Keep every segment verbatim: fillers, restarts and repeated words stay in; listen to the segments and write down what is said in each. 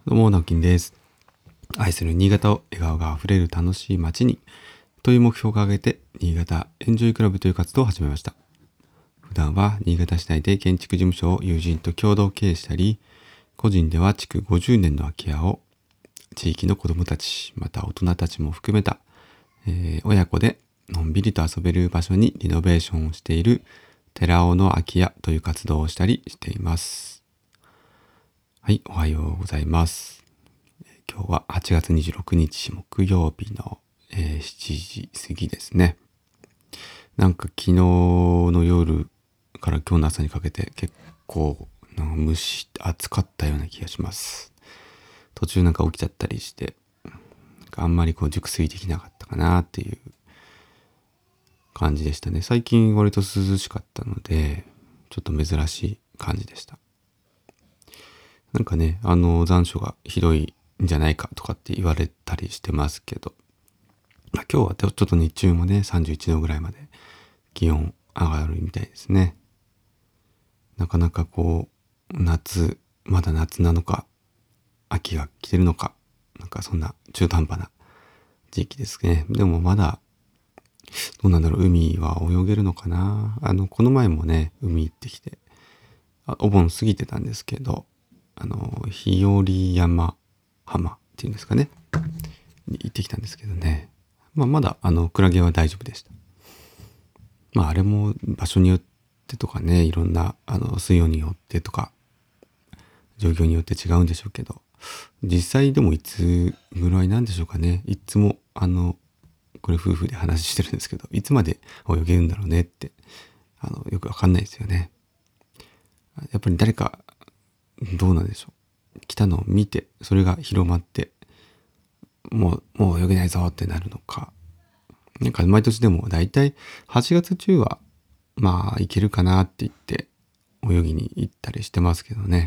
どうも、直樹です。愛する新潟を笑顔があふれる楽しい街にという目標を掲げて、新潟エンジョイクラブという活動を始めました。普段は新潟市内で建築事務所を友人と共同経営したり、個人では築ごじゅうねんの空き家を地域の子どもたち、また大人たちも含めた、えー、親子でのんびりと遊べる場所にリノベーションをしている寺尾の空き家という活動をしたりしています。はい、おはようございます。今日ははちがつにじゅうろくにち木曜日の、えー、しちじ過ぎですね。なんか昨日の夜から今日の朝にかけて結構なんか蒸し暑かったような気がします。途中なんか起きちゃったりして、なんかあんまりこう熟睡できなかったかなっていう感じでしたね。最近割と涼しかったので、ちょっと珍しい感じでした。なんかね、あの残暑がひどいんじゃないかとかって言われたりしてますけど、今日はちょっと日中もねさんじゅういちどぐらいまで気温上がるみたいですね。なかなかこう夏まだ夏なのか秋が来てるのか、なんかそんな中途半端な時期ですね。でもまだどうなんだろう、海は泳げるのかな。あのこの前もね海行ってきて、あお盆過ぎてたんですけど、あの日和山浜っていうんですかねに行ってきたんですけどね、まあ、まだあのクラゲは大丈夫でした。まああれも場所によってとかね、いろんなあの水温によってとか状況によって違うんでしょうけど、実際でもいつぐらいなんでしょうかね。いつもあのこれ夫婦で話してるんですけど、いつまで泳げるんだろうねってあのよくわかんないですよね。やっぱり誰かどうなんでしょう、来たのを見てそれが広まってもうもう泳げないぞってなるのか、なんか毎年でもだいたいはちがつ中はまあいけるかなって言って泳ぎに行ったりしてますけどね。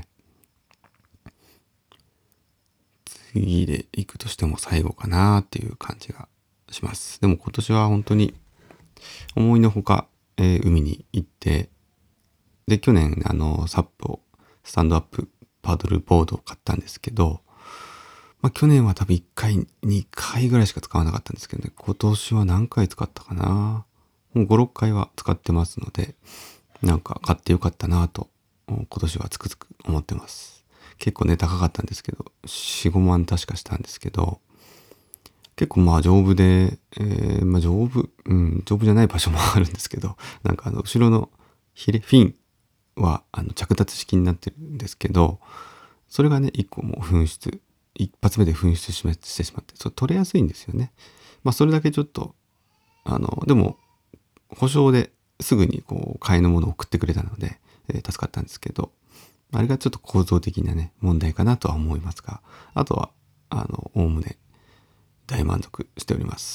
次で行くとしても最後かなっていう感じがします。でも今年は本当に思いのほか、えー海に行って、で去年あのサップをスタンドアップパドルボードを買ったんですけど、まあ、去年は多分いっかいにかいぐらいしか使わなかったんですけどね、今年は何回使ったかな。もうごろっかいは使ってますので、なんか買ってよかったなと今年はつくづく思ってます。結構ね高かったんですけど、よん、ごまん確かしたんですけど、結構まあ丈夫で、えー、まあ丈夫、うん、丈夫じゃない場所もあるんですけど、なんかあの後ろのヒレ、フィンはあの着脱式になってるんですけど、それがね、一個もう紛失、一発目で紛失してしまって、それ取れやすいんですよね。まあそれだけちょっと、あの、でも、保証ですぐにこう、買いのものを送ってくれたので、えー助かったんですけど、あれがちょっと構造的なね、問題かなとは思いますが、あとは、あの、おおむね大満足しております。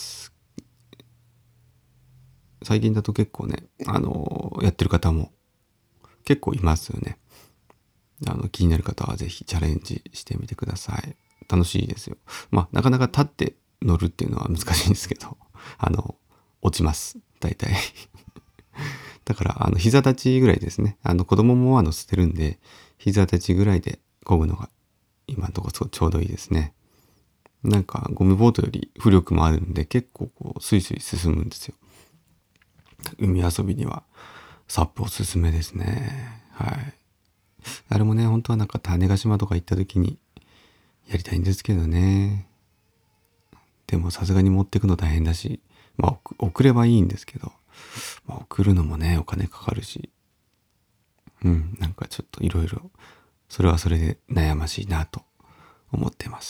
最近だと結構ね、あの、やってる方も結構いますよね。あの、気になる方はぜひチャレンジしてみてください。楽しいですよ。まあ、なかなか立って乗るっていうのは難しいんですけど、あの、落ちます。大体。だから、あの、膝立ちぐらいですね。あの、子供もあの、捨てるんで、膝立ちぐらいで漕ぐのが今のところちょうどいいですね。なんか、ゴムボートより浮力もあるんで、結構こう、スイスイ進むんですよ。海遊びには、サップおすすめですね。はい。あれもね、本当はなんか種子島とか行った時にやりたいんですけどね。でもさすがに持ってくの大変だし、まあ送ればいいんですけど、まあ、送るのもねお金かかるし、うん、なんかちょっといろいろそれはそれで悩ましいなと思ってます。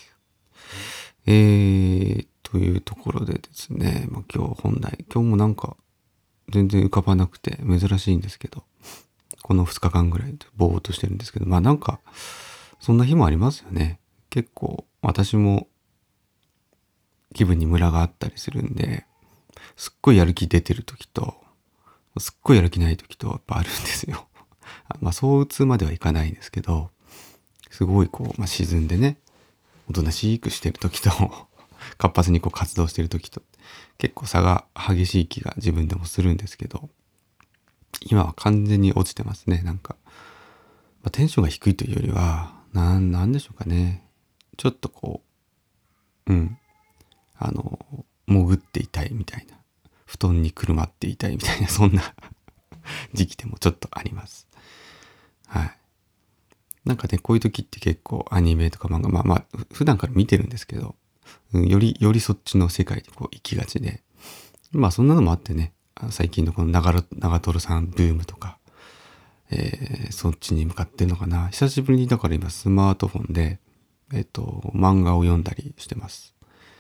えー、というところでですね、まあ、今日本題、今日もなんか全然浮かばなくて珍しいんですけど、このふつかかんぐらいぼーっとしてるんですけど、まあなんかそんな日もありますよね。結構私も気分にムラがあったりするんで、すっごいやる気出てる時と、すっごいやる気ない時とやっぱあるんですよ。まあそう打つまではいかないんですけど、すごいこう、まあ、沈んでね、おとなしくしてる時と、活発にこう活動してる時と、結構差が激しい気が自分でもするんですけど、今は完全に落ちてますね。なんか、まあ、テンションが低いというよりは、 なん、なんでしょうかね。ちょっとこう、うん、あの、潜っていたいみたいな。布団にくるまっていたいみたいな、そんな時期でもちょっとあります。はい。なんかね、こういう時って結構アニメとか漫画、まあまあ、普段から見てるんですけど、うん、より、よりそっちの世界にこう行きがちで、まあそんなのもあってね、最近のこの長野長瀞さんブームとか、えー、そっちに向かってるのかな。久しぶりにだから今スマートフォンで、えっと、漫画を読んだりしてます。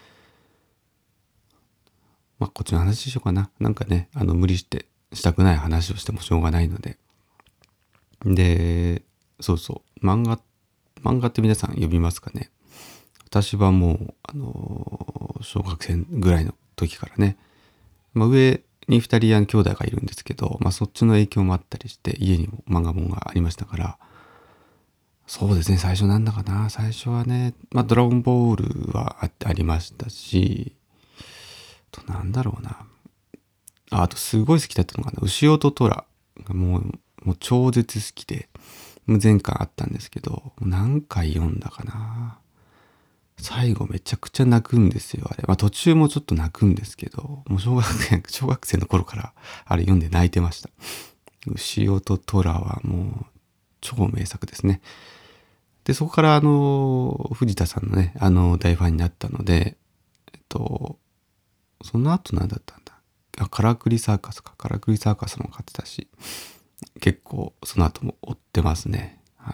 まあこっちの話しようかな。なんかね、あの無理してしたくない話をしてもしょうがないので。で、そうそう、漫画、漫画って皆さん読みますかね。私はもう、あのー小学生ぐらいの時からね、まあ、上に二人兄弟がいるんですけど、まあ、そっちの影響もあったりして、家にも漫画本がありましたから、そうですね、最初なんだかな。最初はね、まあ、ドラゴンボールはあありましたし、あとなんだろうな。あ、あとすごい好きだったのかな。牛音虎がもう、もう超絶好きで、前回あったんですけど、何回読んだかな。最後めちゃくちゃ泣くんですよ、あれ。まあ途中もちょっと泣くんですけど、もう小学生、小学生の頃からあれ読んで泣いてました。牛音虎はもう超名作ですね。で、そこからあの、藤田さんのね、あの、大ファンになったので、えっと、その後何だったんだ。あ、カラクリサーカスか。カラクリサーカスも買ってたし、結構その後も追ってますね。はい。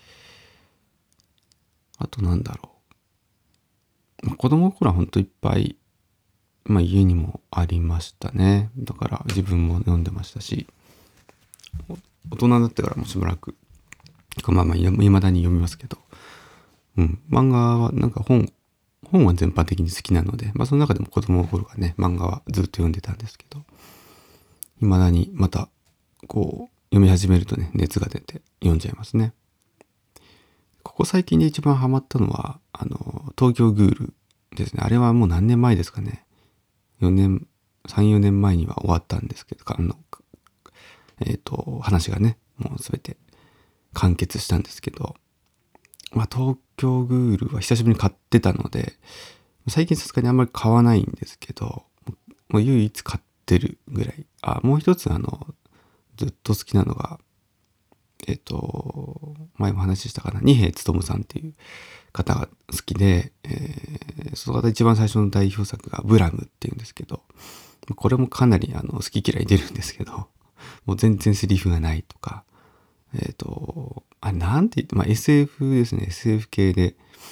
あとなんだろう。まあ、子供の頃はほんといっぱい、まあ家にもありましたね。だから自分も読んでましたし、大人になってからもしばらく、まあまあ未だに読みますけど、うん、漫画はなんか本、本は全般的に好きなので、まあその中でも子供の頃からね、漫画はずっと読んでたんですけど、未だにまた、こう、読み始めるとね、熱が出て読んじゃいますね。ここ最近で一番ハマったのは、あの、東京グールですね。あれはもう何年前ですかね。よねん、さん、よねんまえには終わったんですけど、あの、えっと、話がね、もうすべて完結したんですけど、まあ、東京グールは久しぶりに買ってたので、最近さすがにあんまり買わないんですけど、もう唯一買ってるぐらい。あ、もう一つあの、ずっと好きなのが、えっと、前も話したかな、二瓶勉さんっていう方が好きで、えー、その方一番最初の代表作がブラムっていうんですけど、これもかなりあの好き嫌い出るんですけど、もう全然セリフがないとか、えっと、あれなんて言って、まあ エスエフ ですね、エスエフ 系で、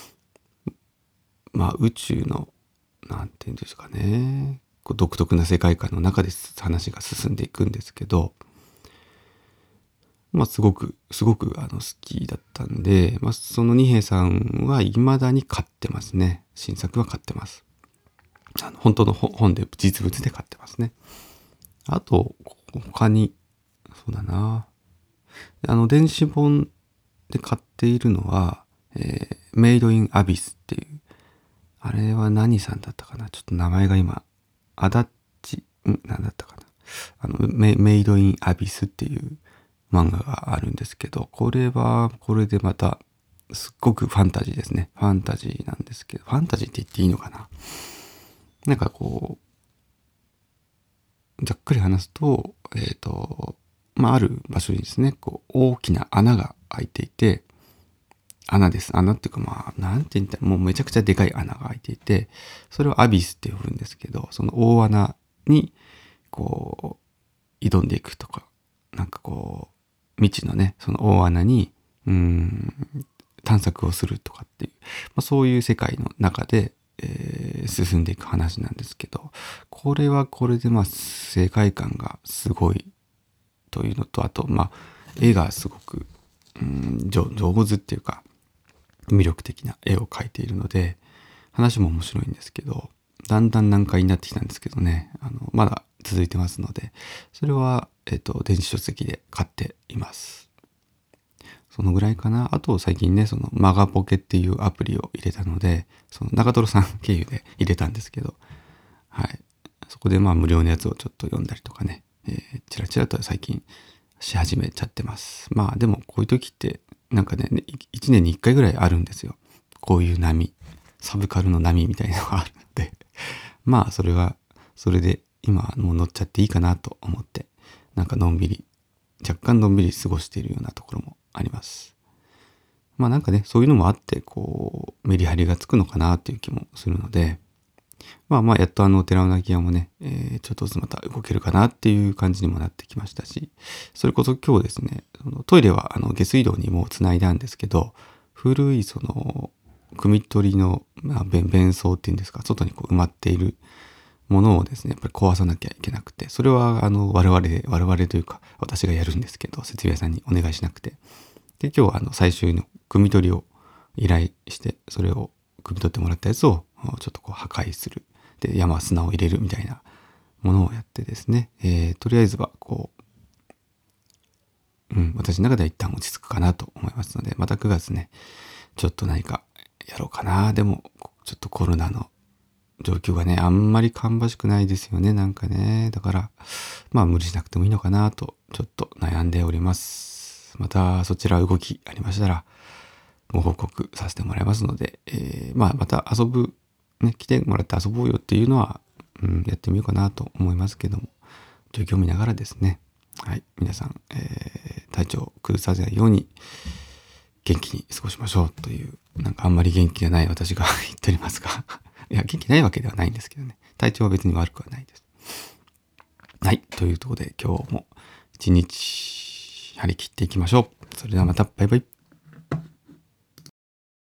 まあ宇宙の、なんて言うんですかね、こう独特な世界観の中で話が進んでいくんですけど、まあすごく、すごくあの好きだったんで、まあその二瓶さんは未だに買ってますね。新作は買ってます。あの本当の本で、実物で買ってますね。あと、他に、そうだな。あの、電子本で買っているのは、えー、メイドインアビスっていう、あれは何さんだったかな、ちょっと名前が今、アダッチ、ん何だったかな。あのメ、メイドインアビスっていう漫画があるんですけど、これは、これでまた、すっごくファンタジーですね。ファンタジーなんですけど、ファンタジーって言っていいのかな。なんかこう、ざっくり話すと、えっと、まあ、ある場所にですね、こう、大きな穴が開いていて、穴です。穴っていうかまあ、なんて言ったら、もうめちゃくちゃでかい穴が開いていて、それをアビスって呼ぶんですけど、その大穴に、こう、挑んでいくとか、なんかこう、未知のね、その大穴に、うーん、探索をするとかっていう、まあ、そういう世界の中で、えー進んでいく話なんですけど、これはこれでまあ、世界観がすごいというのと、あと、まあ、絵がすごく、うん、上上手っていうか、魅力的な絵を描いているので、話も面白いんですけど、だんだん難解になってきたんですけどね、あの、まだ続いてますので、それは、えっと、電子書籍で買っています。そのぐらいかな。あと最近ね、そのマガポケっていうアプリを入れたので、その長瀞さん経由で入れたんですけど、はい。そこでまあ無料のやつをちょっと読んだりとかね、えー、チラチラと最近し始めちゃってます。まあでもこういう時ってなんかね、いちねんにいっかいぐらいあるんですよ。こういう波。サブカルの波みたいなのがあるので。まあ、それは、それで今もう乗っちゃっていいかなと思って、なんかのんびり、若干のんびり過ごしているようなところもあります。まあなんかね、そういうのもあって、こう、メリハリがつくのかなっていう気もするので、まあまあ、やっとあの、寺尾泣屋もね、えー、ちょっとずつまた動けるかなっていう感じにもなってきましたし、それこそ今日ですね、そのトイレはあの下水道にもう繋いだんですけど、古いその、汲み取りの、まあ、便便槽っていうんですか、外にこう埋まっているものをですね、やっぱり壊さなきゃいけなくて、それはあの、我々で、我々というか、私がやるんですけど、設備屋さんにお願いしなくて。で、今日はあの、最終の汲み取りを依頼して、それを汲み取ってもらったやつを、ちょっとこう破壊する。で、山砂を入れるみたいなものをやってですね、えー、とりあえずはこう、うん、私の中では一旦落ち着くかなと思いますので、またくがつね、ちょっと何かやろうかな。でも、ちょっとコロナの状況がね、あんまり芳しくないですよね、なんかね。だから、まあ無理しなくてもいいのかなと、ちょっと悩んでおります。またそちら動きありましたら、ご報告させてもらいますので、えー、まあまた遊ぶ、ね、来てもらって遊ぼうよっていうのは、うん、やってみようかなと思いますけども、状況を見ながらですね、はい、皆さん、えー、体調を崩さないように元気に過ごしましょうという、なんかあんまり元気がない私が言っておりますが、いや、元気ないわけではないんですけどね、体調は別に悪くはないです。はい、というところで今日も一日張り切っていきましょう。それではまた、バイバイ。